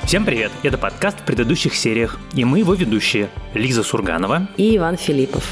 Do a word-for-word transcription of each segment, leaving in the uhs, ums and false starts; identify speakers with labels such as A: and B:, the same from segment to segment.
A: Всем привет! Это подкаст в предыдущих сериях, и мы его ведущие Лиза Сурганова
B: и Иван Филиппов.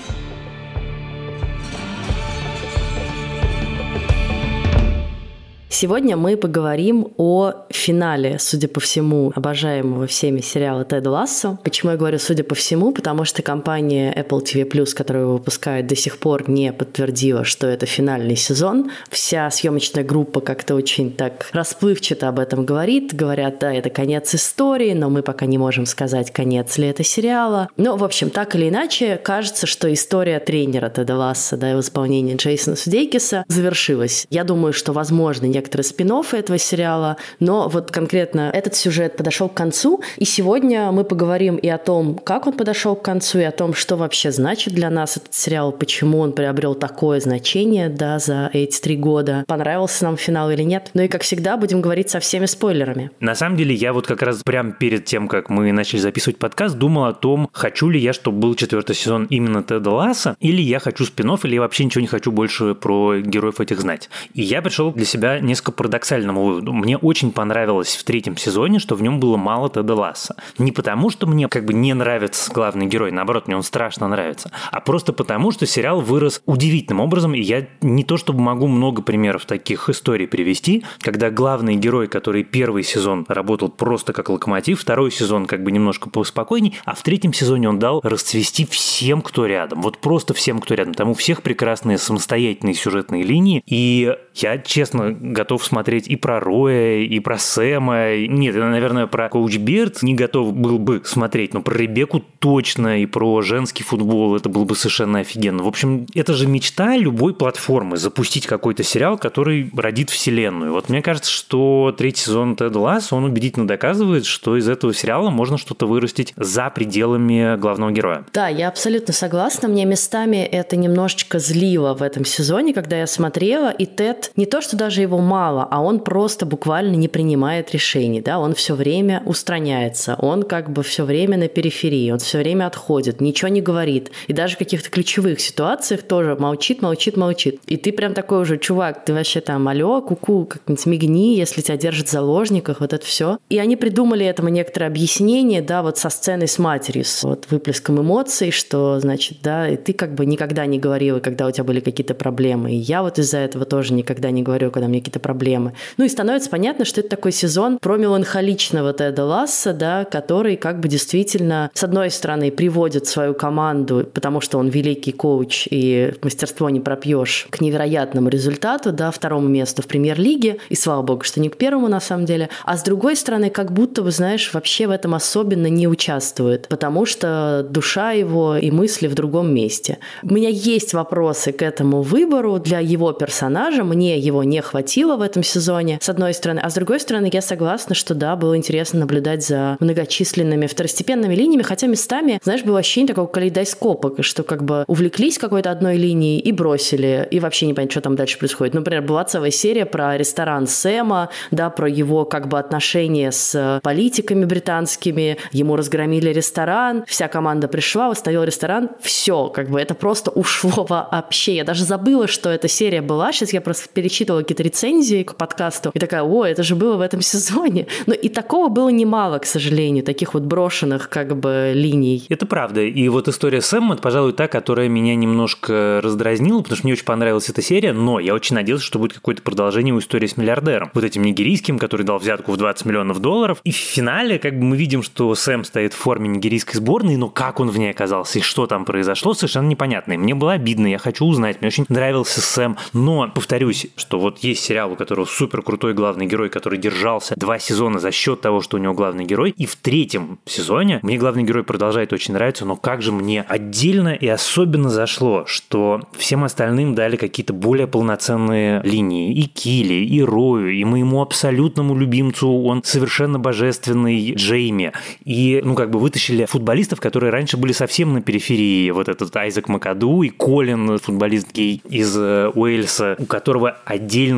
B: Сегодня мы поговорим о финале, судя по всему, обожаемого всеми сериала «Тед Лассо». Почему я говорю «судя по всему»? Потому что компания Apple ти ви плюс, которая его выпускает, до сих пор не подтвердила, что это финальный сезон. Вся съемочная группа как-то очень так расплывчато об этом говорит. Говорят, да, это конец истории, но мы пока не можем сказать, конец ли это сериала. Но, в общем, так или иначе, кажется, что история тренера Теда Лассо, да, и в исполнении Джейсона Судейкиса завершилась. Я думаю, что, возможно, некоторые спин-оффы этого сериала, но вот конкретно этот сюжет подошел к концу, и сегодня мы поговорим и о том, как он подошел к концу, и о том, что вообще значит для нас этот сериал, почему он приобрел такое значение, да, за эти три года, понравился нам финал или нет. Ну и, как всегда, будем говорить со всеми спойлерами.
A: На самом деле, я вот как раз прямо перед тем, как мы начали записывать подкаст, думал о том, хочу ли я, чтобы был четвертый сезон именно Теда Лассо, или я хочу спин-офф, или я вообще ничего не хочу больше про героев этих знать. И я пришел для себя несколько парадоксальному выводу. Мне очень понравилось в третьем сезоне, что в нем было мало Теда Лассо. Не потому, что мне как бы не нравится главный герой, наоборот, мне он страшно нравится, а просто потому, что сериал вырос удивительным образом, и я не то чтобы могу много примеров таких историй привести, когда главный герой, который первый сезон работал просто как локомотив, второй сезон как бы немножко поспокойней, а в третьем сезоне он дал расцвести всем, кто рядом. Вот просто всем, кто рядом. Там у всех прекрасные самостоятельные сюжетные линии, и я, честно, готов смотреть и про Роя, и про Сэма. Нет, я, наверное, про Коуч Бирд не готов был бы смотреть, но про Ребекку точно, и про женский футбол это было бы совершенно офигенно. В общем, это же мечта любой платформы — запустить какой-то сериал, который родит вселенную. Вот мне кажется, что третий сезон Теда Лассо, он убедительно доказывает, что из этого сериала можно что-то вырастить за пределами главного героя.
B: Да, я абсолютно согласна. Мне местами это немножечко злило в этом сезоне, когда я смотрела, и Тед, не то что даже его мало, а он просто буквально не принимает решений, да, он все время устраняется, он как бы все время на периферии, он все время отходит, ничего не говорит, и даже в каких-то ключевых ситуациях тоже молчит, молчит, молчит. И ты прям такой уже, чувак, ты вообще там, алло, ку-ку, как-нибудь мигни, если тебя держат в заложниках, вот это все. И они придумали этому некоторое объяснение, да, вот со сценой с матерью, с вот выплеском эмоций, что, значит, да, и ты как бы никогда не говорила, когда у тебя были какие-то проблемы, и я вот из-за этого тоже никогда не говорю, когда у меня какие-то проблемы. Ну и становится понятно, что это такой сезон про меланхоличного Теда Лассо, да, который как бы действительно, с одной стороны, приводит свою команду, потому что он великий коуч и мастерство не пропьешь, к невероятному результату, да, второму месту в премьер-лиге, и слава богу, что не к первому на самом деле, а с другой стороны, как будто бы, знаешь, вообще в этом особенно не участвует, потому что душа его и мысли в другом месте. У меня есть вопросы к этому выбору для его персонажа, мне его не хватило в этом сезоне, с одной стороны. А с другой стороны, я согласна, что да, было интересно наблюдать за многочисленными второстепенными линиями, хотя местами, знаешь, было ощущение такого калейдоскопа, что как бы увлеклись какой-то одной линией и бросили, и вообще не понятно, что там дальше происходит. Например, была целая серия про ресторан Сэма, да, про его как бы отношения с политиками британскими, ему разгромили ресторан, вся команда пришла, восстановила ресторан, все, как бы это просто ушло вообще. Я даже забыла, что эта серия была, сейчас я просто перечитывала какие-то рецензии к подкасту, и такая, о, это же было в этом сезоне. Но и такого было немало, к сожалению, таких вот брошенных как бы линий.
A: Это правда. И вот история Сэма, это, пожалуй, та, которая меня немножко раздразнила, потому что мне очень понравилась эта серия, но я очень надеялся, что будет какое-то продолжение у истории с миллиардером. Вот этим нигерийским, который дал взятку в двадцать миллионов долларов. И в финале как бы мы видим, что Сэм стоит в форме нигерийской сборной, но как он в ней оказался и что там произошло, совершенно непонятно. И мне было обидно, я хочу узнать. Мне очень нравился Сэм. Но, повторюсь, что вот есть сериал, у которого супер крутой главный герой, который держался два сезона за счет того, что у него главный герой. И в третьем сезоне мне главный герой продолжает очень нравиться, но как же мне отдельно и особенно зашло, что всем остальным дали какие-то более полноценные линии. И Килли, и Рою, и моему абсолютному любимцу, он совершенно божественный Джейми. И, ну, как бы вытащили футболистов, которые раньше были совсем на периферии. Вот этот Айзек Макаду и Колин, футболист гей из Уэльса, у которого отдельная линия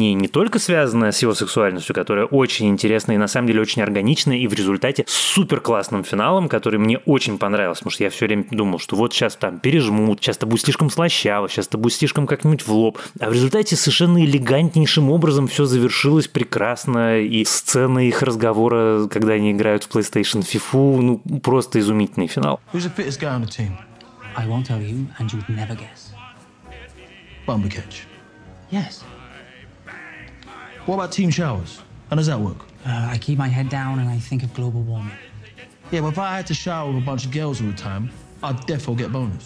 A: линия, не только связанная с его сексуальностью, которая очень интересная и на самом деле очень органичная, и в результате с супер классным финалом, который мне очень понравился, потому что я все время думал, что вот сейчас там пережмут, сейчас это будет слишком слащаво, сейчас это будет слишком как-нибудь в лоб. А в результате совершенно элегантнейшим образом все завершилось прекрасно, и сцена их разговора, когда они играют в PlayStation FIFA, ну, просто изумительный финал.
C: Who's the fittest guy on the team?
D: I won't tell you, and you'd never guess.
C: Bumbercatch.
D: Yes.
C: What about team showers? How does that work?
D: Uh, I keep my head down and I think of global warming.
C: Yeah, but if I had to shower with a bunch of girls all the time, I'd defo get bonus.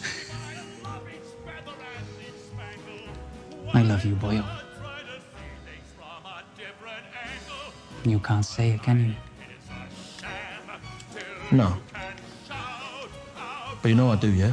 D: I love you, boyo. You can't say it, can you?
C: No. But you know I do, yeah?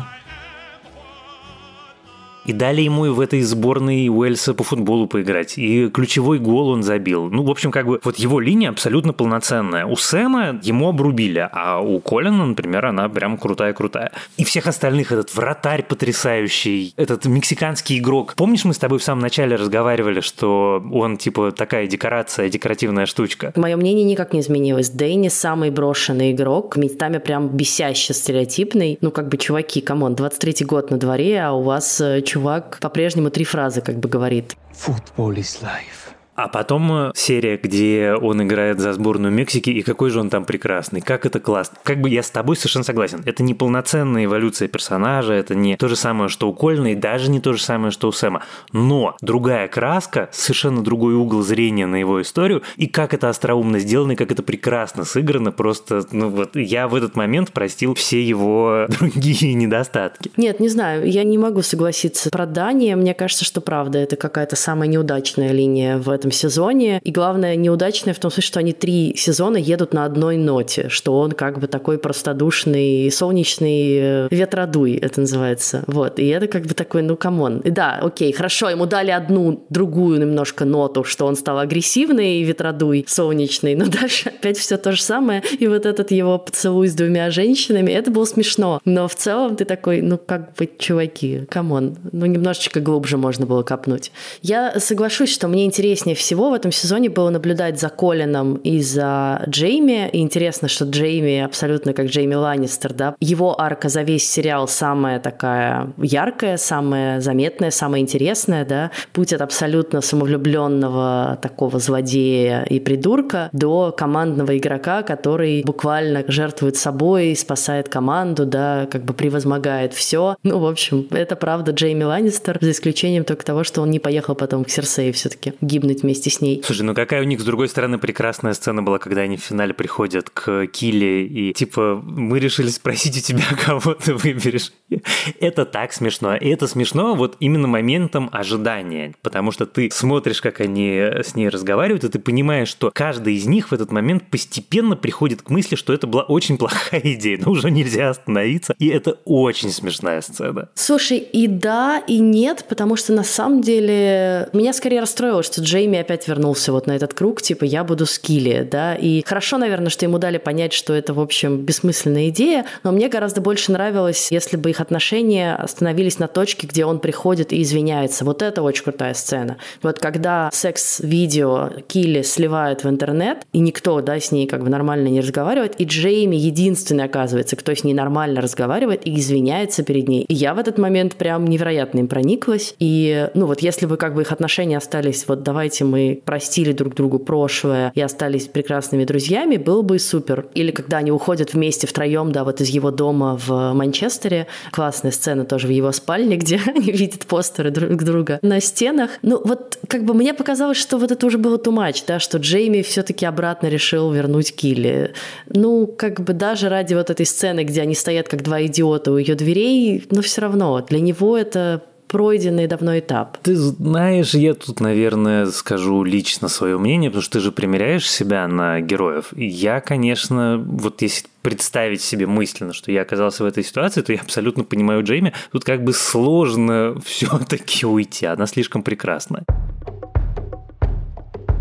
A: И дали ему и в этой сборной Уэльса по футболу поиграть. И ключевой гол он забил. Ну, в общем, как бы вот его линия абсолютно полноценная. У Сэма ему обрубили, а у Колина, например, она прям крутая-крутая. И всех остальных этот вратарь потрясающий, этот мексиканский игрок. Помнишь, мы с тобой в самом начале разговаривали, что он типа такая декорация, декоративная штучка?
B: Мое мнение никак не изменилось. Дэнни самый брошенный игрок, местами прям бесяще стереотипный. Ну, как бы, чуваки, камон, двадцать третий год на дворе, а у вас чувак по-прежнему три фразы как бы говорит.
D: Football is life.
A: А потом серия, где он играет за сборную Мексики, и какой же он там прекрасный, как это классно. Как бы я с тобой совершенно согласен. Это не полноценная эволюция персонажа, это не то же самое, что у Колина, и даже не то же самое, что у Сэма. Но другая краска, совершенно другой угол зрения на его историю, и как это остроумно сделано, и как это прекрасно сыграно, просто, ну вот, я в этот момент простил все его другие недостатки.
B: Нет, не знаю, я не могу согласиться про Дани. Мне кажется, что правда, это какая-то самая неудачная линия в этом сезоне. И главное, неудачное в том смысле, что они три сезона едут на одной ноте, что он как бы такой простодушный, солнечный ветродуй, это называется. Вот. И это как бы такой, ну, камон. И да, окей, хорошо, ему дали одну другую немножко ноту, что он стал агрессивный, ветродуй, солнечный, но дальше опять все то же самое. И вот этот его поцелуй с двумя женщинами, это было смешно. Но в целом ты такой, ну, как бы, чуваки, камон. Ну, немножечко глубже можно было копнуть. Я соглашусь, что мне интереснее всего в этом сезоне было наблюдать за Колином и за Джейми. И интересно, что Джейми абсолютно как Джейми Ланнистер, да. Его арка за весь сериал самая такая яркая, самая заметная, самая интересная, да. Путь от абсолютно самовлюбленного такого злодея и придурка до командного игрока, который буквально жертвует собой, спасает команду, да, как бы превозмогает все. Ну, в общем, это правда Джейми Ланнистер, за исключением только того, что он не поехал потом к Серсеи все-таки гибнуть вместе с ней.
A: Слушай, ну какая у них, с другой стороны, прекрасная сцена была, когда они в финале приходят к Килле и типа мы решили спросить у тебя, кого ты выберешь. Это так смешно. И это смешно вот именно моментом ожидания, потому что ты смотришь, как они с ней разговаривают, и ты понимаешь, что каждый из них в этот момент постепенно приходит к мысли, что это была очень плохая идея, но уже нельзя остановиться, и это очень смешная сцена.
B: Слушай, и да, и нет, потому что на самом деле меня скорее расстроило, что Джейми опять вернулся вот на этот круг, типа я буду с Килли, да, и хорошо, наверное, что ему дали понять, что это, в общем, бессмысленная идея, но мне гораздо больше нравилось, если бы их отношения остановились на точке, где он приходит и извиняется. Вот это очень крутая сцена. Вот когда секс-видео Килли сливают в интернет, и никто, да, с ней как бы нормально не разговаривает, и Джейми единственный, оказывается, кто с ней нормально разговаривает и извиняется перед ней. И я в этот момент прям невероятно им прониклась. И, ну вот, если бы как бы их отношения остались, вот давайте мы простили друг другу прошлое и остались прекрасными друзьями, было бы супер. Или когда они уходят вместе втроем, да, вот из его дома в Манчестере. Классная сцена тоже в его спальне, где они видят постеры друг друга на стенах. Ну вот как бы мне показалось, что вот это уже было too much, да, что Джейми все-таки обратно решил вернуть Килли. Ну, как бы даже ради вот этой сцены, где они стоят как два идиота у ее дверей, но все равно для него это пройденный давно этап.
A: Ты знаешь, я тут, наверное, скажу лично свое мнение, потому что ты же примеряешь себя на героев. И я, конечно, вот если представить себе мысленно, что я оказался в этой ситуации, то я абсолютно понимаю Джейми. Тут как бы сложно все-таки уйти, она слишком прекрасна.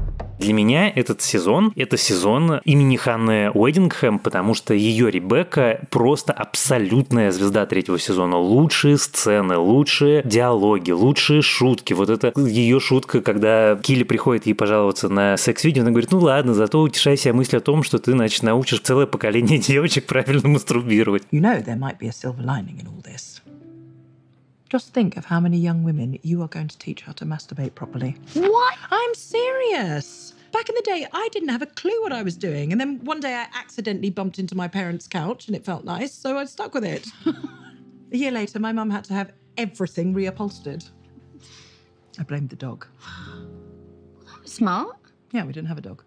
A: Для меня этот сезон – это сезон имени Ханны Уэддингхэм, потому что ее Ребекка просто абсолютная звезда третьего сезона. Лучшие сцены, лучшие диалоги, лучшие шутки. Вот это ее шутка, когда Килли приходит ей пожаловаться на секс-видео, она говорит, ну ладно, зато утешай себя мыслью о том, что ты, значит, научишь целое поколение девочек правильно мастурбировать.
E: You know there might be a silver lining in all this. Just think of how many young women you are going to teach how to masturbate properly. What? I'm serious. Back in the day, I didn't have a clue what I was doing. And then one day I accidentally bumped into my parents' couch and it felt nice, so I stuck with it. A year later, my mum had to have everything reupholstered. I blamed the dog.
F: That was smart.
E: Yeah, we didn't have a dog.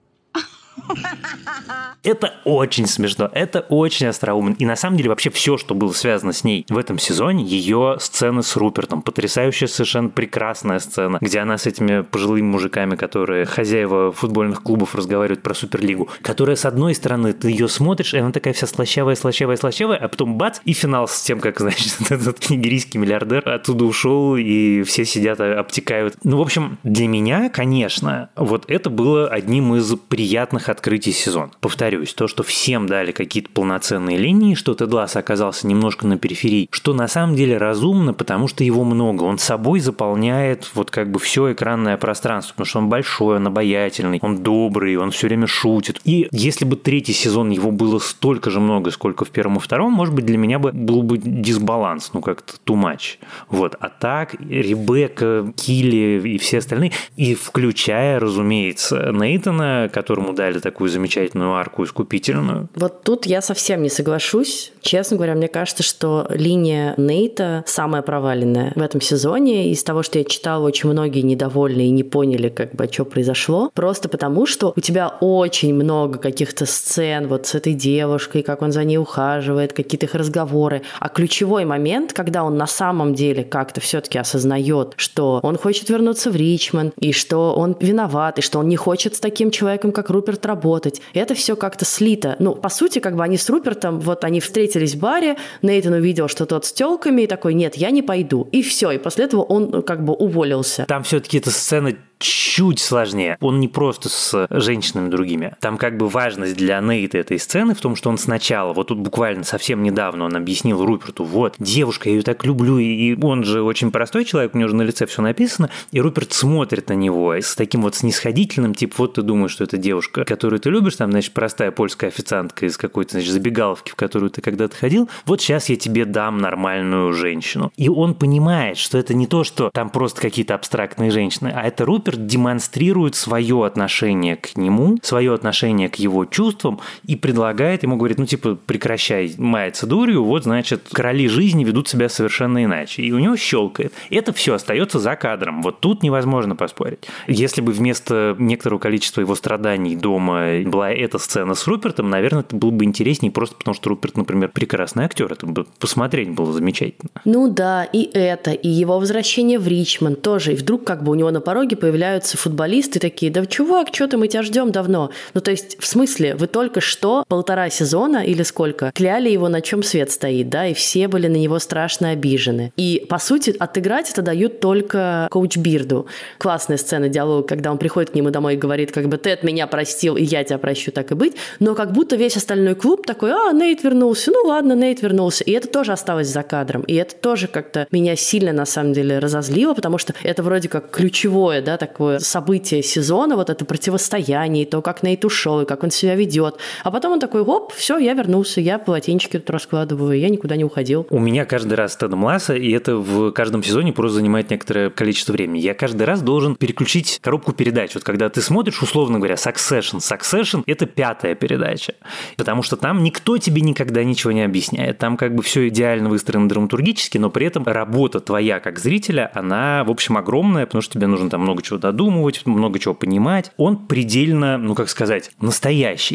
A: Это очень смешно, это очень остроумно. И на самом деле вообще все, что было связано с ней в этом сезоне, ее сцены с Рупертом, потрясающая, совершенно прекрасная сцена, где она с этими пожилыми мужиками, которые хозяева футбольных клубов, разговаривают про Суперлигу, которая, с одной стороны, ты ее смотришь, и она такая вся слащавая, слащавая, слащавая, а потом бац, и финал с тем, как, значит, этот нигерийский миллиардер оттуда ушел, и все сидят, обтекают. Ну, в общем, для меня, конечно, вот это было одним из приятных открытий сезона. Повторюсь, то, что всем дали какие-то полноценные линии, что Тед Лассо оказался немножко на периферии, что на самом деле разумно, потому что его много. Он собой заполняет вот как бы все экранное пространство, потому что он большой, он обаятельный, он добрый, он все время шутит. И если бы третий сезон его было столько же много, сколько в первом и втором, может быть, для меня бы был бы дисбаланс, ну как-то too much. Вот. А так Ребекка, Килли и все остальные, и включая, разумеется, Нейтана, которому дали такую замечательную арку искупительную.
B: Вот тут я совсем не соглашусь. Честно говоря, мне кажется, что линия Нейта самая проваленная в этом сезоне. Из того, что я читала, очень многие недовольны и не поняли, как бы, что произошло. Просто потому, что у тебя очень много каких-то сцен вот с этой девушкой, как он за ней ухаживает, какие-то их разговоры. А ключевой момент, когда он на самом деле как-то все-таки осознает, что он хочет вернуться в Ричмонд, и что он виноват, и что он не хочет с таким человеком, как Руперт, работать. И это все как-то слито. Ну, по сути, как бы они с Рупертом, вот они встретились в баре, Нейтан увидел, что тот с тёлками, и такой, нет, я не пойду. И все. И после этого он как бы уволился.
A: Там все-таки эта сцена чуть сложнее. Он не просто с женщинами другими. Там как бы важность для Нейта этой сцены в том, что он сначала, вот тут буквально совсем недавно он объяснил Руперту, вот, девушка, я ее так люблю, и он же очень простой человек, у него же на лице все написано, и Руперт смотрит на него с таким вот снисходительным, типа, вот ты думаешь, что это девушка, которую ты любишь, там, значит, простая польская официантка из какой-то, значит, забегаловки, в которую ты когда-то ходил, вот сейчас я тебе дам нормальную женщину. И он понимает, что это не то, что там просто какие-то абстрактные женщины, а это Руперт демонстрирует свое отношение к нему, свое отношение к его чувствам и предлагает ему, говорит, ну типа прекращай маяться дурью, вот значит короли жизни ведут себя совершенно иначе. И у него щелкает. Это все остается за кадром. Вот тут невозможно поспорить. Если бы вместо некоторого количества его страданий дома была эта сцена с Рупертом, наверное, это было бы интереснее просто потому, что Руперт, например, прекрасный актер. Это бы посмотреть было замечательно.
B: Ну да, и это, и его возвращение в Ричмонд тоже. И вдруг как бы у него на пороге появляются футболисты такие, да чувак, что ты, мы тебя ждем давно. Ну то есть, в смысле, вы только что полтора сезона или сколько кляли его, на чем свет стоит, да, и все были на него страшно обижены. И, по сути, отыграть это дают только коуч Бирду. Классная сцена диалога, когда он приходит к нему домой и говорит, как бы, Тед меня простил, и я тебя прощу, так и быть. Но как будто весь остальной клуб такой, а, Нейт вернулся, ну ладно, Нейт вернулся. И это тоже осталось за кадром. И это тоже как-то меня сильно, на самом деле, разозлило, потому что это вроде как ключевое, да, такое событие сезона, вот это противостояние, то, как Нейт ушел, и как он себя ведет. А потом он такой, оп, все, я вернулся, я полотенчики тут раскладываю, я никуда не уходил.
A: У меня каждый раз с Тедом Лассо, и это в каждом сезоне просто занимает некоторое количество времени. Я каждый раз должен переключить коробку передач. Вот когда ты смотришь, условно говоря, Succession. Succession – это пятая передача. Потому что там никто тебе никогда ничего не объясняет. Там как бы все идеально выстроено драматургически, но при этом работа твоя как зрителя, она, в общем, огромная, потому что тебе нужно там много чего додумывать, много чего понимать. Он предельно, ну как сказать, настоящий.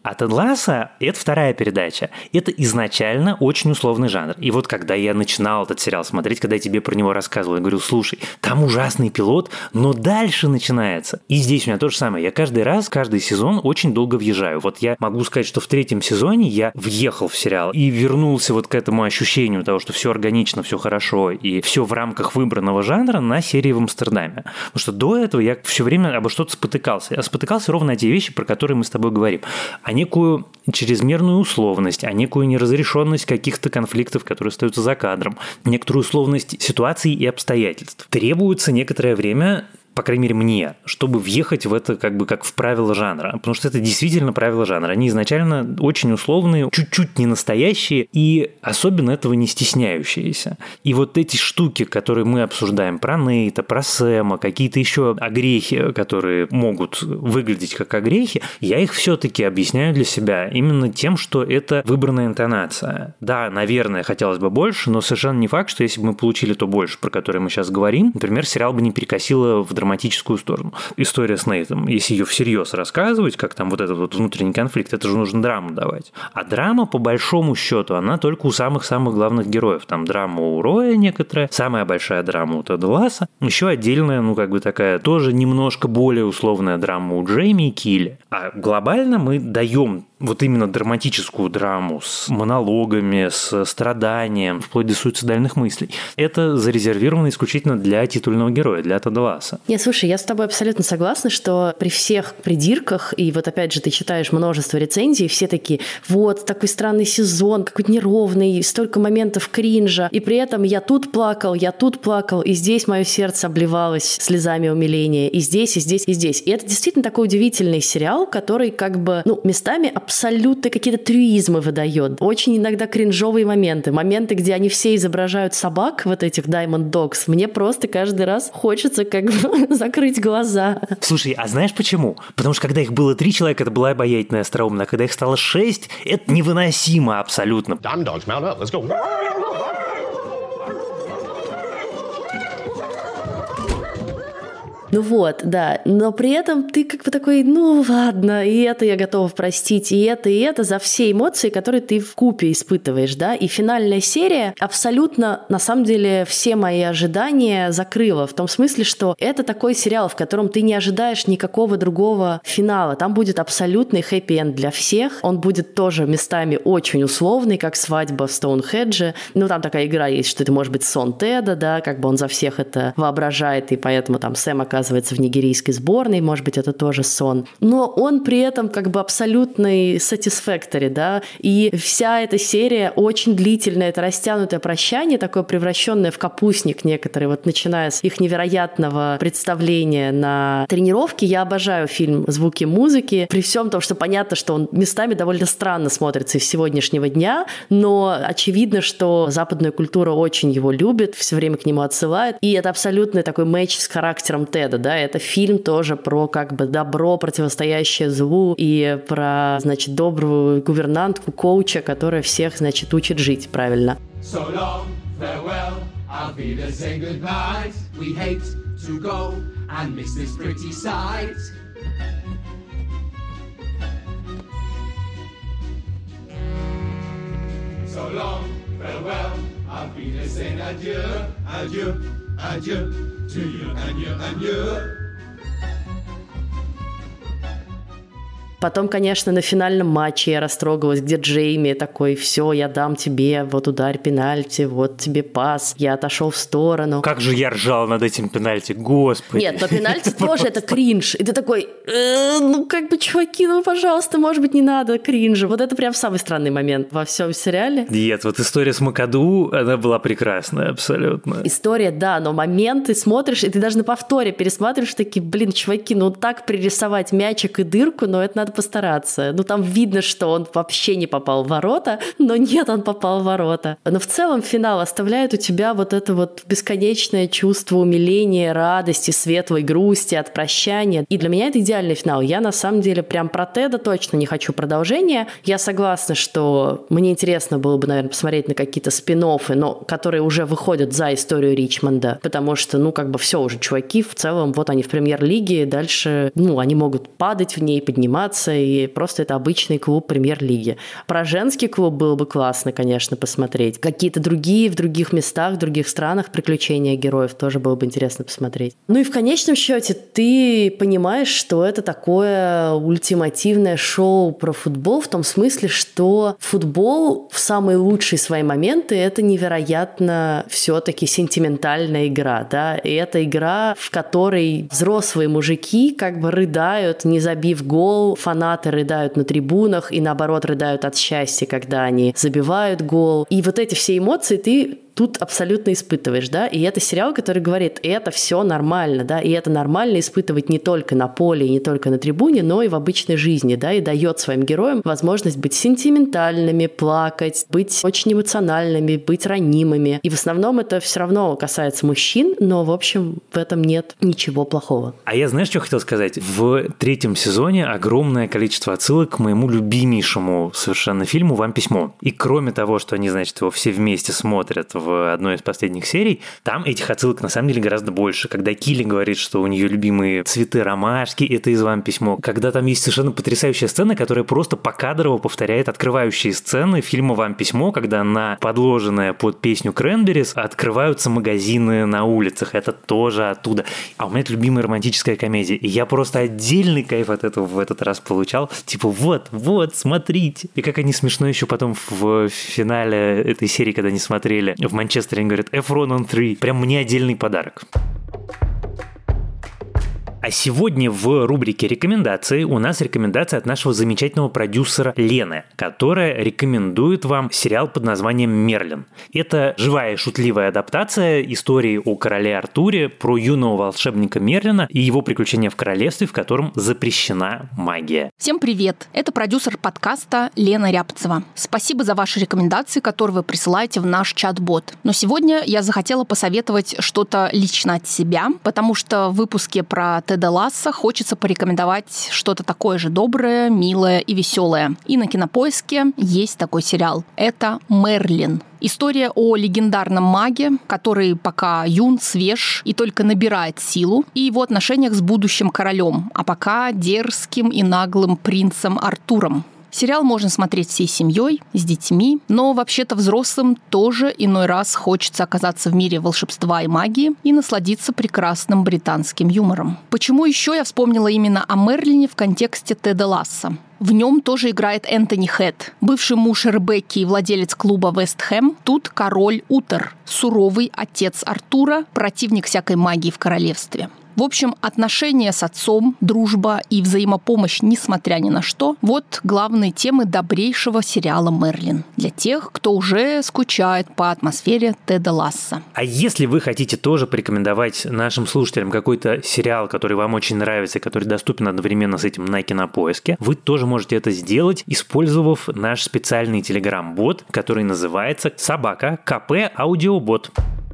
A: А Тед Лассо — это вторая передача. Это изначально очень условный жанр. И вот когда я начинал этот сериал смотреть, когда я тебе про него рассказывал, я говорю, слушай, там ужасный пилот, но дальше начинается. И здесь у меня то же самое. Я каждый раз, каждый сезон очень долго въезжаю. Вот я могу сказать, что в третьем сезоне я въехал в сериал и вернулся вот к этому ощущению того, что все органично, все хорошо и все в рамках выбранного жанра на серии в Амстердаме. Потому что до этого я все время обо что-то спотыкался. Я спотыкался ровно о те вещи, про которые мы с тобой говорим. О некую чрезмерную условность, о некую неразрешенность каких-то конфликтов, которые остаются за кадром, некоторую условность ситуаций и обстоятельств. Требуется некоторое время, по крайней мере, мне, чтобы въехать в это как бы как в правила жанра. Потому что это действительно правила жанра. Они изначально очень условные, чуть-чуть не настоящие и особенно этого не стесняющиеся. И вот эти штуки, которые мы обсуждаем про Нейта, про Сэма, какие-то еще огрехи, которые могут выглядеть как огрехи, я их все-таки объясняю для себя именно тем, что это выбранная интонация. Да, наверное, хотелось бы больше, но совершенно не факт, что если бы мы получили то больше, про которое мы сейчас говорим, например, сериал бы не перекосило в драматическую сторону. История с Нейтом, если ее всерьез рассказывать, как там вот этот вот внутренний конфликт, это же нужно драму давать. А драма, по большому счету, она только у самых-самых главных героев. Там драма у Роя некоторая, самая большая драма у Теда Лассо, еще отдельная, ну как бы такая, тоже немножко более условная драма у Джейми и Килли. А глобально мы даем вот именно драматическую драму с монологами, с страданием, вплоть до суицидальных мыслей. Это зарезервировано исключительно для титульного героя, для Теда Лассо.
B: Не, слушай, я с тобой абсолютно согласна, что при всех придирках, и вот опять же ты читаешь множество рецензий, все такие, вот, такой странный сезон, какой-то неровный, столько моментов кринжа, и при этом я тут плакал, я тут плакал, и здесь мое сердце обливалось слезами умиления, и здесь, и здесь, и здесь. И это действительно такой удивительный сериал, который как бы, ну, местами абсолютно какие-то трюизмы выдает. Очень иногда кринжовые моменты. Моменты, где они все изображают собак, вот этих Diamond Dogs. Мне просто каждый раз хочется как бы закрыть глаза.
A: Слушай, а знаешь почему? Потому что когда их было три человека, это была обаятельная, остроумная. А когда их стало шесть, это невыносимо абсолютно.
G: Diamond Dogs, mount up, let's go.
B: Ну вот, да. Но при этом ты как бы такой, ну ладно, и это я готова простить, и это, и это за все эмоции, которые ты вкупе испытываешь, да. И финальная серия абсолютно, на самом деле, все мои ожидания закрыла. В том смысле, что это такой сериал, в котором ты не ожидаешь никакого другого финала. Там будет абсолютный хэппи-энд для всех. Он будет тоже местами очень условный, как свадьба в Стоунхедже. Ну, там такая игра есть, что это может быть сон Теда, да, как бы он за всех это воображает, и поэтому там Сэм оказывается оказывается в нигерийской сборной, может быть, это тоже сон. Но он при этом как бы абсолютный satisfactory, да, и вся эта серия очень длительная, это растянутое прощание, такое превращенное в капустник некоторые, вот начиная с их невероятного представления на тренировке. Я обожаю фильм «Звуки музыки», при всем том, что понятно, что он местами довольно странно смотрится из сегодняшнего дня, но очевидно, что западная культура очень его любит, все время к нему отсылает, и это абсолютный такой матч с характером Теда. Да, это фильм тоже про как бы добро, противостоящее злу, и про, значит, добрую гувернантку, коуча, которая всех, значит, учит жить правильно. So long, farewell, auf Wiedersehen, goodbye. We hate to go and miss this pretty sight. So long, farewell, auf Wiedersehen, adieu, adieu, adieu. To you and you and you. Потом, конечно, на финальном матче я растрогалась, где Джейми такой, все, я дам тебе, вот ударь пенальти, вот тебе пас, я отошел в сторону.
A: Как же я ржал над этим пенальти, господи.
B: Нет, но пенальти тоже это кринж. И ты такой, ну как бы, чуваки, ну пожалуйста, может быть, не надо кринжа. Вот это прям самый странный момент во всем сериале.
A: Нет, вот история с Макаду, она была прекрасная абсолютно.
B: История, да, но моменты смотришь, и ты даже на повторе пересматриваешь, такие, блин, чуваки, ну так пририсовать мячик и дырку, но это надо постараться. Ну, там видно, что он вообще не попал в ворота, но нет, он попал в ворота. Но в целом финал оставляет у тебя вот это вот бесконечное чувство умиления, радости, светлой грусти от прощания. И для меня это идеальный финал. Я, на самом деле, прям про Теда точно не хочу продолжения. Я согласна, что мне интересно было бы, наверное, посмотреть на какие-то спин-оффы, но которые уже выходят за историю Ричмонда, потому что, ну, как бы все уже, чуваки, в целом, вот они в премьер-лиге, дальше, ну, они могут падать в ней, подниматься, заниматься, и просто это обычный клуб премьер-лиги. Про женский клуб было бы классно, конечно, посмотреть. Какие-то другие в других местах, в других странах приключения героев тоже было бы интересно посмотреть. Ну и в конечном счете ты понимаешь, что это такое ультимативное шоу про футбол в том смысле, что футбол в самые лучшие свои моменты — это невероятно все-таки сентиментальная игра, да, и это игра, в которой взрослые мужики как бы рыдают, не забив гол, фанаты рыдают на трибунах и наоборот рыдают от счастья, когда они забивают гол. И вот эти все эмоции ты тут абсолютно испытываешь, да, и это сериал, который говорит, это все нормально, да, и это нормально испытывать не только на поле и не только на трибуне, но и в обычной жизни, да, и дает своим героям возможность быть сентиментальными, плакать, быть очень эмоциональными, быть ранимыми. И в основном это все равно касается мужчин, но, в общем, в этом нет ничего плохого.
A: А я, знаешь, что хотел сказать? В третьем сезоне огромное количество отсылок к моему любимейшему совершенно фильму «Вам письмо». И кроме того, что они, значит, его все вместе смотрят в в одной из последних серий, там этих отсылок на самом деле гораздо больше. Когда Килли говорит, что у нее любимые цветы ромашки, это из «Вам письмо». Когда там есть совершенно потрясающая сцена, которая просто покадрово повторяет открывающие сцены фильма «Вам письмо», когда на подложенная под песню Кренберис открываются магазины на улицах. Это тоже оттуда. А у меня это любимая романтическая комедия. И я просто отдельный кайф от этого в этот раз получал. Типа, вот, вот, смотрите. И как они смешно еще потом в финале этой серии, когда они смотрели в Манчестере, они говорят «Эфрон on three». Прям мне отдельный подарок. А сегодня в рубрике «Рекомендации» у нас рекомендация от нашего замечательного продюсера Лены, которая рекомендует вам сериал под названием «Мерлин». Это живая шутливая адаптация истории о короле Артуре, про юного волшебника Мерлина и его приключения в королевстве, в котором запрещена магия.
G: Всем привет! Это продюсер подкаста Лена Рябцева. Спасибо за ваши рекомендации, которые вы присылаете в наш чат-бот. Но сегодня я захотела посоветовать что-то лично от себя, потому что в выпуске про Теда Лассо хочется порекомендовать что-то такое же доброе, милое и веселое. И на Кинопоиске есть такой сериал. Это «Мерлин». История о легендарном маге, который пока юн, свеж и только набирает силу, и его отношениях с будущим королем, а пока дерзким и наглым принцем Артуром. Сериал можно смотреть всей семьей, с детьми, но вообще-то взрослым тоже иной раз хочется оказаться в мире волшебства и магии и насладиться прекрасным британским юмором. Почему еще я вспомнила именно о Мерлине в контексте Теда Лассо? В нем тоже играет Энтони Хэд, бывший муж Ребекки и владелец клуба Вест Хэм. Тут король Утер, суровый отец Артура, противник всякой магии в королевстве. В общем, отношения с отцом, дружба и взаимопомощь, несмотря ни на что, вот главные темы добрейшего сериала «Мерлин» для тех, кто уже скучает по атмосфере Теда Лассо.
A: А если вы хотите тоже порекомендовать нашим слушателям какой-то сериал, который вам очень нравится, который доступен одновременно с этим на Кинопоиске, вы тоже можете это сделать, использовав наш специальный телеграм-бот, который называется «Собака КП Аудиобот».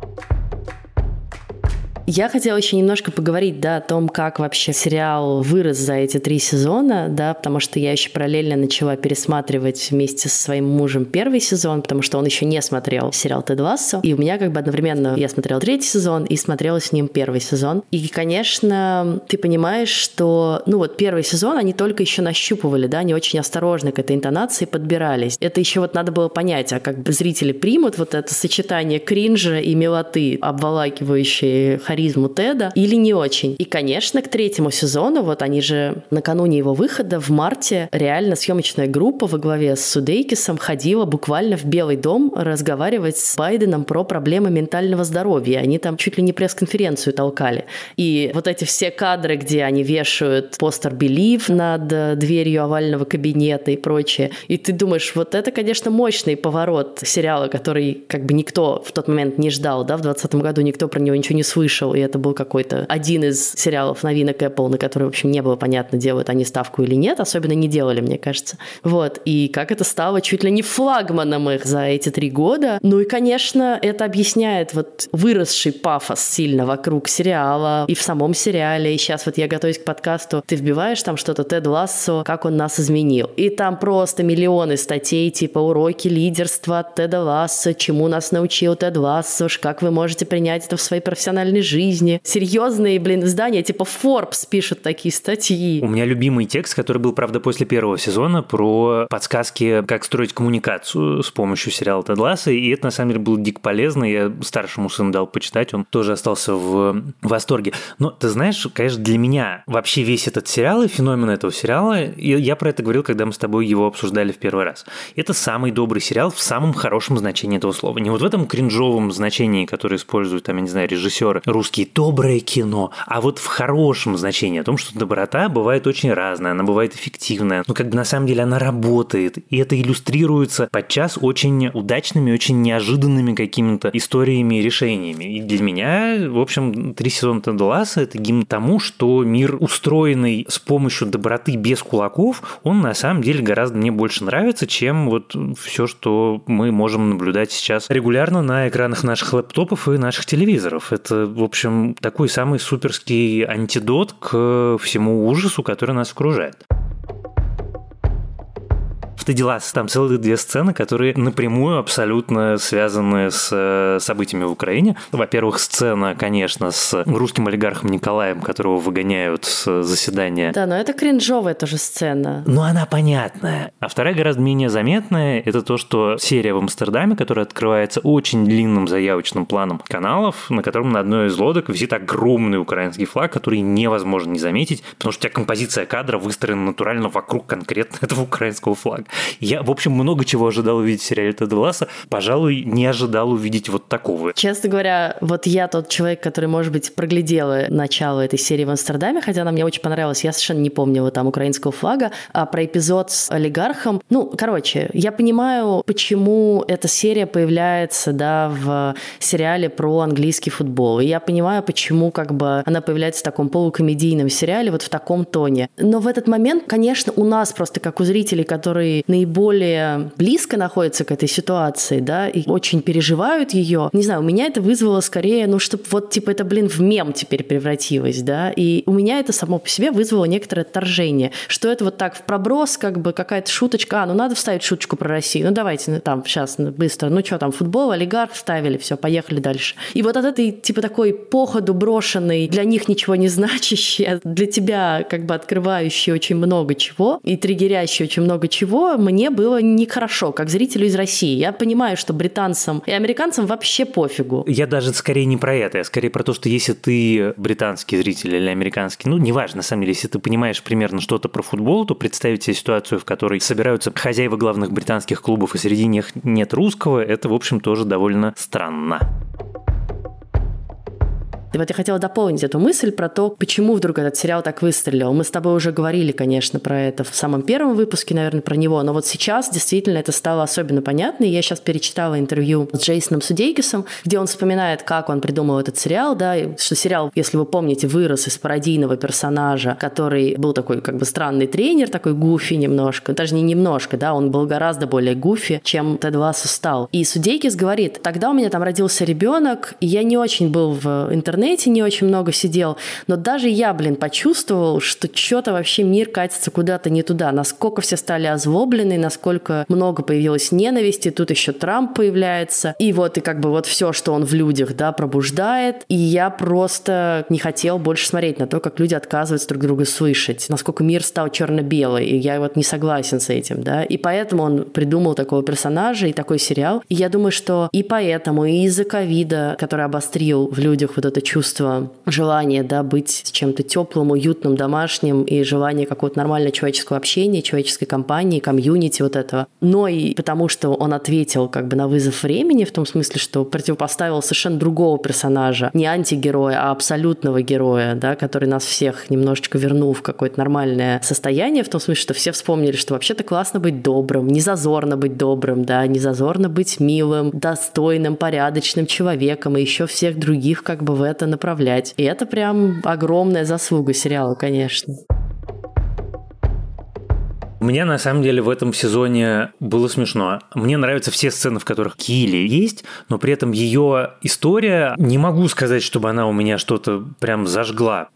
B: Я хотела еще немножко поговорить, да, о том, как вообще сериал вырос за эти три сезона, да, потому что я еще параллельно начала пересматривать вместе со своим мужем первый сезон, потому что он еще не смотрел сериал «Тед Лассо», и у меня как бы одновременно я смотрела третий сезон и смотрела с ним первый сезон. И, конечно, ты понимаешь, что, ну вот первый сезон они только еще нащупывали, да, они очень осторожно к этой интонации подбирались. Это еще вот надо было понять, а как бы зрители примут вот это сочетание кринжа и милоты, обволакивающие харизму Теда, или не очень. И, конечно, к третьему сезону, вот они же накануне его выхода в марте реально съемочная группа во главе с Судейкисом ходила буквально в Белый дом разговаривать с Байденом про проблемы ментального здоровья. Они там чуть ли не пресс-конференцию толкали. И вот эти все кадры, где они вешают постер «Believe» над дверью овального кабинета и прочее. И ты думаешь, вот это, конечно, мощный поворот сериала, который как бы никто в тот момент не ждал, да, в двадцатом году никто про него ничего не слышал, и это был какой-то один из сериалов новинок Apple, на который, в общем, не было понятно, делают они ставку или нет, особенно не делали, мне кажется. Вот, и как это стало чуть ли не флагманом их за эти три года. Ну и, конечно, это объясняет вот выросший пафос сильно вокруг сериала и в самом сериале. И сейчас вот я готовюсь к подкасту, ты вбиваешь там что-то Тед Лассо, как он нас изменил. И там просто миллионы статей, типа уроки лидерства от Теда Лассо, чему нас научил Тед Лассо, как вы можете принять это в своей профессиональной жизни, жизни. Серьезные, блин, издания типа Forbes пишут такие статьи.
A: У меня любимый текст, который был, правда, после первого сезона, про подсказки, как строить коммуникацию с помощью сериала Тед Лассо, и это, на самом деле, было дико полезно. Я старшему сыну дал почитать, он тоже остался в восторге. Но, ты знаешь, конечно, для меня вообще весь этот сериал и феномен этого сериала, и я про это говорил, когда мы с тобой его обсуждали в первый раз. Это самый добрый сериал в самом хорошем значении этого слова. Не вот в этом кринжовом значении, которое используют, там, я не знаю, режиссеры русские, доброе кино, а вот в хорошем значении, о том, что доброта бывает очень разная, она бывает эффективная, но как бы на самом деле она работает, и это иллюстрируется подчас очень удачными, очень неожиданными какими-то историями и решениями. И для меня, в общем, три сезона Теда Лассо — это гимн тому, что мир, устроенный с помощью доброты без кулаков, он на самом деле гораздо мне больше нравится, чем вот все, что мы можем наблюдать сейчас регулярно на экранах наших лэптопов и наших телевизоров. Это, в общем, такой самый суперский антидот к всему ужасу, который нас окружает. В Теде Лассо там целых две сцены, которые напрямую абсолютно связаны с событиями в Украине. Во-первых, сцена, конечно, с русским олигархом Николаем, которого выгоняют с заседания.
B: Да, но это кринжовая тоже сцена.
A: Но она понятная. А вторая, гораздо менее заметная, это то, что серия в Амстердаме, которая открывается очень длинным заявочным планом каналов, на котором на одной из лодок висит огромный украинский флаг, который невозможно не заметить, потому что у тебя композиция кадра выстроена натурально вокруг конкретно этого украинского флага. Я, в общем, много чего ожидал увидеть в сериале Теда Лассо, пожалуй, не ожидал увидеть вот такого.
B: Честно говоря, вот я тот человек, который, может быть, проглядела начало этой серии в Амстердаме, хотя она мне очень понравилась, я совершенно не помнила там украинского флага, а про эпизод с олигархом. Ну, короче, я понимаю, почему эта серия появляется, да, в сериале про английский футбол, и я понимаю, почему как бы она появляется в таком полукомедийном сериале, вот в таком тоне. Но в этот момент, конечно, у нас просто, как у зрителей, которые наиболее близко находятся к этой ситуации, да, и очень переживают ее. Не знаю, у меня это вызвало скорее, ну, чтобы вот, типа, это, блин, в мем теперь превратилось, да, и у меня это само по себе вызвало некоторое отторжение, что это вот так в проброс, как бы какая-то шуточка, а, ну, надо вставить шуточку про Россию, ну, давайте, ну, там, сейчас, ну, быстро, ну, что там, футбол, олигарх вставили, все, поехали дальше. И вот от этой, типа, такой походу брошенной, для них ничего не значащей, а для тебя, как бы, открывающей очень много чего и триггерящей очень много чего, мне было нехорошо, как зрителю из России. Я понимаю, что британцам и американцам вообще пофигу.
A: Я даже скорее не про это, я скорее про то, что если ты британский зритель или американский, ну, неважно, на самом деле, если ты понимаешь примерно что-то про футбол, то представить себе ситуацию, в которой собираются хозяева главных британских клубов, и среди них нет русского, это, в общем, тоже довольно странно.
B: И вот я хотела дополнить эту мысль про то, почему вдруг этот сериал так выстрелил. Мы с тобой уже говорили, конечно, про это в самом первом выпуске, наверное, про него, но вот сейчас действительно это стало особенно понятно. И я сейчас перечитала интервью с Джейсоном Судейкисом, где он вспоминает, как он придумал этот сериал, да, и что сериал, если вы помните, вырос из пародийного персонажа, который был такой как бы странный тренер, такой гуфи немножко, даже не немножко, да, он был гораздо более гуфи, чем Тед Лассо стал. И Судейкис говорит, тогда у меня там родился ребенок, и я не очень был в интернете, не очень много сидел, но даже я, блин, почувствовал, что что-то вообще мир катится куда-то не туда, насколько все стали озлоблены, насколько много появилось ненависти, тут еще Трамп появляется, и вот, и как бы вот все, что он в людях, да, пробуждает, и я просто не хотел больше смотреть на то, как люди отказываются друг друга слышать, насколько мир стал черно-белый, и я вот не согласен с этим, да, и поэтому он придумал такого персонажа и такой сериал, и я думаю, что и поэтому, и из-за ковида, который обострил в людях вот это чувство чувство, желание, да, быть с чем-то теплым, уютным, домашним и желание какого-то нормального человеческого общения, человеческой компании, комьюнити вот этого. Но и потому, что он ответил как бы на вызов времени, в том смысле, что противопоставил совершенно другого персонажа, не антигероя, а абсолютного героя, да, который нас всех немножечко вернул в какое-то нормальное состояние, в том смысле, что все вспомнили, что вообще-то классно быть добрым, не зазорно быть добрым, да, не зазорно быть милым, достойным, порядочным человеком и еще всех других как бы в это направлять. И это прям огромная заслуга сериала, конечно.
A: Мне, на самом деле, в этом сезоне было смешно. Мне нравятся все сцены, в которых Килли есть, но при этом ее история, не могу сказать, чтобы она у меня что-то прям зажгла.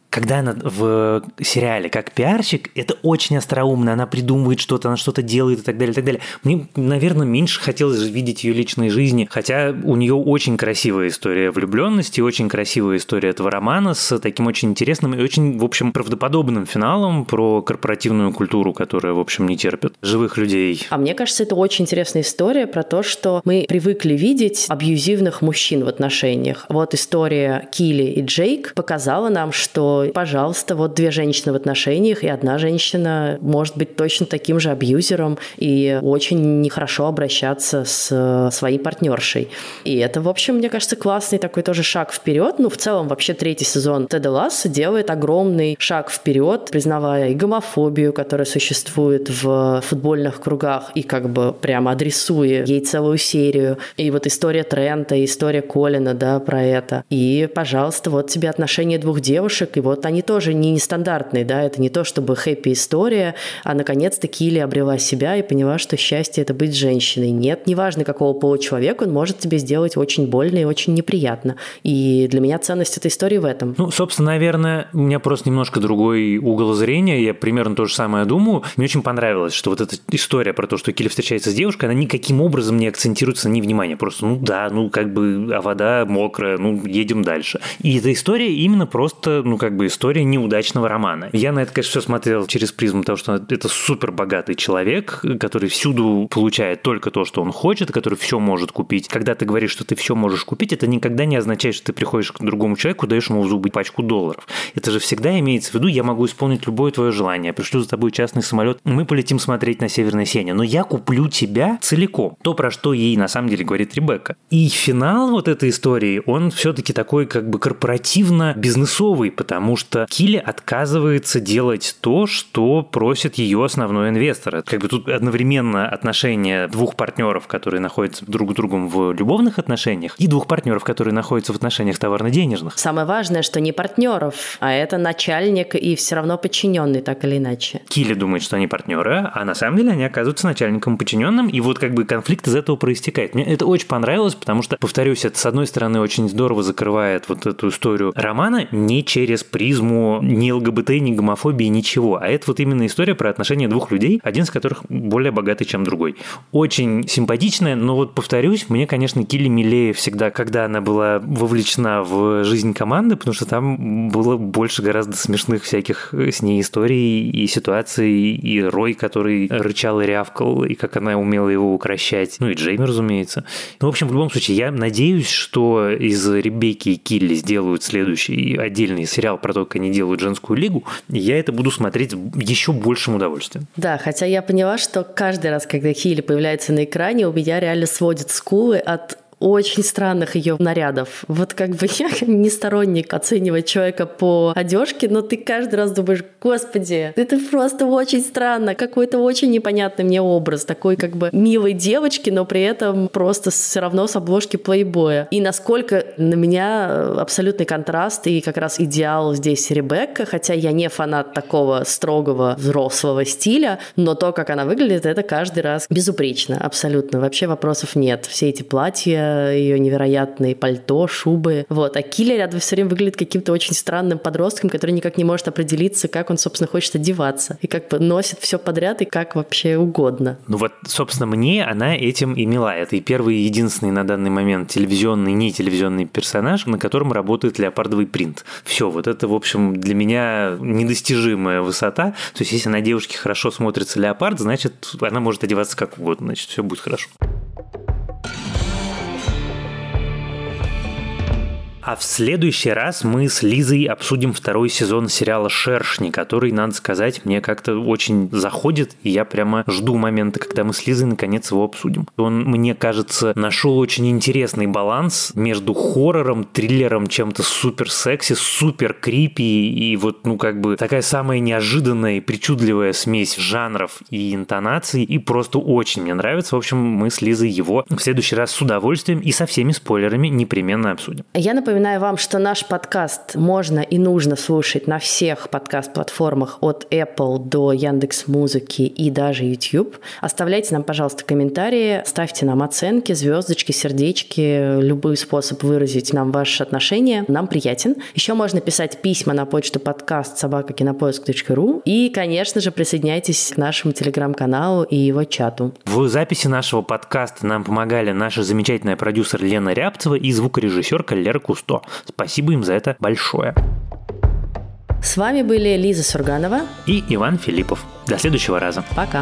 A: когда она в сериале как пиарщик, это очень остроумно, она придумывает что-то, она что-то делает и так далее, и так далее. Мне, наверное, меньше хотелось видеть ее личной жизни, хотя у нее очень красивая история влюбленности, очень красивая история этого романа с таким очень интересным и очень, в общем, правдоподобным финалом про корпоративную культуру, которая, в общем, не терпит живых людей.
B: А мне кажется, это очень интересная история про то, что мы привыкли видеть абьюзивных мужчин в отношениях. Вот история Килли и Джейк показала нам, что, пожалуйста, вот две женщины в отношениях, и одна женщина может быть точно таким же абьюзером и очень нехорошо обращаться с своей партнершей. И это, в общем, мне кажется, классный такой тоже шаг вперед. Ну, в целом, вообще, третий сезон Теда Лассо делает огромный шаг вперед, признавая и гомофобию, которая существует в футбольных кругах, и как бы прямо адресуя ей целую серию. И вот история Трента, и история Колина, да, про это. И, пожалуйста, вот тебе отношения двух девушек, и вот они тоже не нестандартные, да, это не то чтобы хэппи-история, а наконец-то Килли обрела себя и поняла, что счастье — это быть женщиной. Нет, неважно, какого пола человек, он может тебе сделать очень больно и очень неприятно. И для меня ценность этой истории в этом.
A: Ну, собственно, наверное, у меня просто немножко другой угол зрения, я примерно то же самое думаю. Мне очень понравилось, что вот эта история про то, что Килли встречается с девушкой, она никаким образом не акцентируется на внимание. Просто, ну да, ну как бы, а вода мокрая, ну едем дальше. И эта история именно просто, ну как бы история неудачного романа. Я на это, конечно, все смотрел через призму того, что это супер богатый человек, который всюду получает только то, что он хочет, который все может купить. Когда ты говоришь, что ты все можешь купить, это никогда не означает, что ты приходишь к другому человеку, даешь ему в зубы пачку долларов. Это же всегда имеется в виду, я могу исполнить любое твое желание, пришлю за тобой частный самолет, мы полетим смотреть на Северное сияние, но я куплю тебя целиком. То, про что ей на самом деле говорит Ребекка. И финал вот этой истории, он все-таки такой как бы корпоративно-бизнесовый, потому что Килли отказывается делать то, что просит ее основной инвестор. Как бы тут одновременно отношения двух партнеров, которые находятся друг с другом в любовных отношениях, и двух партнеров, которые находятся в отношениях товарно-денежных.
B: Самое важное, что не партнеров, а это начальник и все равно подчиненный, так или иначе.
A: Килли думает, что они партнеры, а на самом деле они оказываются начальником и подчиненным, и вот как бы конфликт из этого проистекает. Мне это очень понравилось, потому что, повторюсь, это с одной стороны очень здорово закрывает вот эту историю романа не через призму ни ЛГБТ, ни гомофобии, ничего, а это вот именно история про отношения двух людей, один из которых более богатый, чем другой. Очень симпатичная, но вот повторюсь, мне, конечно, Килли милее всегда, когда она была вовлечена в жизнь команды, потому что там было больше гораздо смешных всяких с ней историй и ситуаций, и Рой, который рычал и рявкал, и как она умела его укращать, ну и Джейми, разумеется. Ну, в общем, в любом случае, я надеюсь, что из Ребекки и Килли сделают следующий отдельный сериал про то, как они делают женскую лигу, и я это буду смотреть еще большим удовольствием.
B: Да, хотя я поняла, что каждый раз, когда Килли появляется на экране, у меня реально сводит скулы от очень странных ее нарядов. Вот как бы я не сторонник оценивать человека по одежке, но ты каждый раз думаешь, господи, это просто очень странно, какой-то очень непонятный мне образ, такой как бы милой девочки, но при этом просто все равно с обложки плейбоя. И насколько на меня абсолютный контраст и как раз идеал здесь Ребекка, хотя я не фанат такого строгого взрослого стиля, но то, как она выглядит, это каждый раз безупречно, абсолютно. Вообще вопросов нет. Все эти платья, ее невероятные пальто, шубы. Вот. А Килли рядом все время выглядит каким-то очень странным подростком, который никак не может определиться, как он, собственно, хочет одеваться. И как бы носит все подряд и как вообще угодно.
A: Ну вот, собственно, мне она этим и мила. Это и первый и единственный на данный момент телевизионный, не телевизионный персонаж, на котором работает леопардовый принт. Все, вот это, в общем, для меня недостижимая высота. То есть, если на девушке хорошо смотрится леопард, значит, она может одеваться как угодно, значит, все будет хорошо. А в следующий раз мы с Лизой обсудим второй сезон сериала «Шершни», который, надо сказать, мне как-то очень заходит, и я прямо жду момента, когда мы с Лизой наконец его обсудим. Он, мне кажется, нашел очень интересный баланс между хоррором, триллером, чем-то супер секси, супер крипи, и вот, ну, как бы такая самая неожиданная и причудливая смесь жанров и интонаций, и просто очень мне нравится. В общем, мы с Лизой его в следующий раз с удовольствием и со всеми спойлерами непременно обсудим.
B: Я напоминаю, напоминаю вам, что наш подкаст можно и нужно слушать на всех подкаст-платформах от Apple до Яндекс.Музыки и даже YouTube. Оставляйте нам, пожалуйста, комментарии, ставьте нам оценки, звездочки, сердечки, любой способ выразить нам ваши отношения нам приятен. Еще можно писать письма на почту подкаст собака кинопоиск точка ру и, конечно же, присоединяйтесь к нашему телеграм-каналу и его чату.
A: В записи нашего подкаста нам помогали наша замечательная продюсер Лена Рябцева и звукорежиссерка Лера Кусто. Спасибо им за это большое.
B: С вами были Лиза Сурганова
A: и Иван Филиппов. До следующего раза.
B: Пока.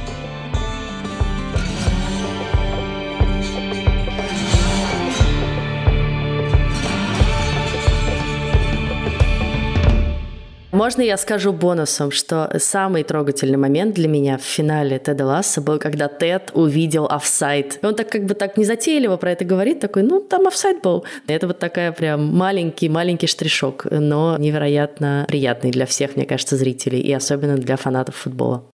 B: Можно я скажу бонусом, что самый трогательный момент для меня в финале Теда Ласса был, когда Тед увидел офсайд. И он так как бы так незатейливо про это говорит, такой, ну, там офсайд был. Это вот такая прям маленький-маленький штришок, но невероятно приятный для всех, мне кажется, зрителей, и особенно для фанатов футбола.